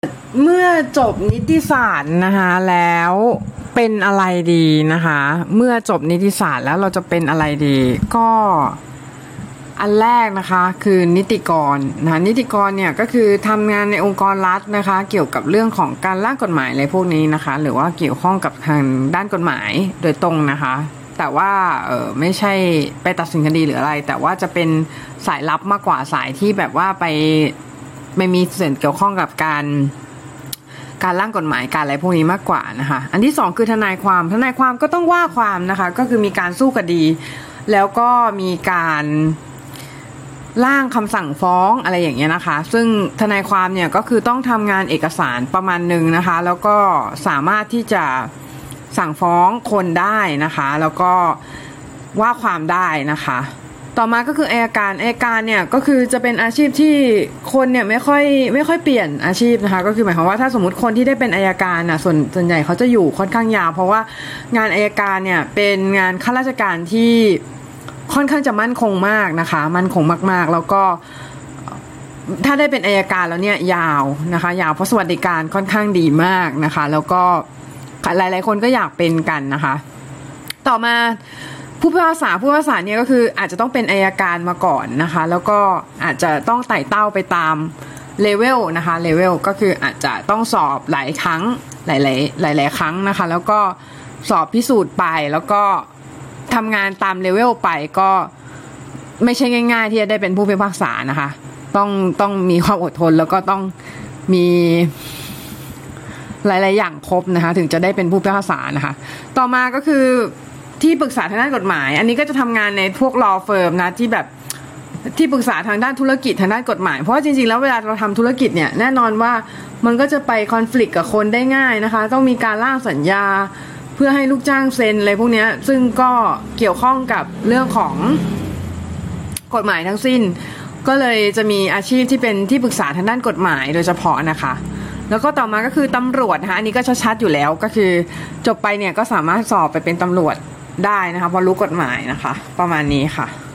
เมื่อจบนิติศาสตร์นะคะแล้วเป็นอะไรดีนะคะเมื่อจบนิติศาสตร์แล้วเราจะเป็นอะไรดีก็อันแรกนะคะคือนิติกรนะนิติกรเนี่ยก็คือทำงานในองค์กรรัฐนะคะเกี่ยวกับเรื่องของการร่างกฎหมายอะไรพวกนี้นะคะหรือว่าเกี่ยวข้องกับทางด้านกฎหมายโดยตรงนะคะแต่ว่าไม่ใช่ไปตัดสินคดีหรืออะไรแต่ว่าจะเป็นสายลับมากกว่าสายที่แบบว่าไปไม่มีส่วนเกี่ยวข้องกับการร่างกฎหมายการอะไรพวกนี้มากกว่านะคะอันที่สองคือทนายความก็ต้องว่าความนะคะก็คือมีการสู้คดีแล้วก็มีการร่างคำสั่งฟ้องอะไรอย่างเงี้ยนะคะซึ่งทนายความเนี่ยก็คือต้องทำงานเอกสารประมาณนึงนะคะแล้วก็สามารถที่จะสั่งฟ้องคนได้นะคะแล้วก็ว่าความได้นะคะต่อมาก็คืออัยการเนี่ยก็คือจะเป็นอาชีพที่คนเนี่ยไม่ค่อยเปลี่ยนอาชีพนะคะก็คือหมายความว่าถ้าสมมติคนที่ได้เป็นอัยการน่ะส่วนใหญ่เขาจะอยู่ค่อนข้างยาวเพราะว่างานอัยการเนี่ยเป็นงานข้าราชการที่ค่อนข้างจะมั่นคงมากนะคะมั่นคงมากๆแล้วก็ถ้าได้เป็นอัยการแล้วเนี่ยยาวนะคะยาวเพราะสวัสดิการค่อนข้างดีมากนะคะแล้วก็หลายๆคนก็อยากเป็นกันนะคะต่อมาผู้พิพากษาเนี่ยก็คืออาจจะต้องเป็นอัยการมาก่อนนะคะแล้วก็อาจจะต้องไต่เต้าไปตามเลเวลนะคะเลเวลก็คืออาจจะต้องสอบหลายครั้งหลายครั้งนะคะแล้วก็สอบพิสูจน์ไปแล้วก็ทำงานตามเลเวลไปก็ไม่ใช่ง่ายๆที่จะได้เป็นผู้พิพากษานะคะต้องมีความอดทนแล้วก็ต้องมีหลายๆอย่างครบนะคะถึงจะได้เป็นผู้พิพากษานะคะต่อมาก็คือที่ปรึกษาทางด้านกฎหมายอันนี้ก็จะทำงานในพวก law firm นะที่แบบที่ปรึกษาทางด้านธุรกิจทางด้านกฎหมายเพราะว่าจริงๆแล้วเวลาเราทำธุรกิจเนี่ยแน่นอนว่ามันก็จะไปคอนฟลิกต์กับคนได้ง่ายนะคะต้องมีการร่างสัญญาเพื่อให้ลูกจ้างเซ็นอะไรพวกนี้ซึ่งก็เกี่ยวข้องกับเรื่องของกฎหมายทั้งสิ้นก็เลยจะมีอาชีพที่เป็นที่ปรึกษาทางด้านกฎหมายโดยเฉพาะนะคะแล้วก็ต่อมาก็คือตำรวจนะคะอันนี้ก็ชัดๆอยู่แล้วก็คือจบไปเนี่ยก็สามารถสอบไปเป็นตำรวจได้นะคะเพราะรู้กฎหมายนะคะประมาณนี้ค่ะ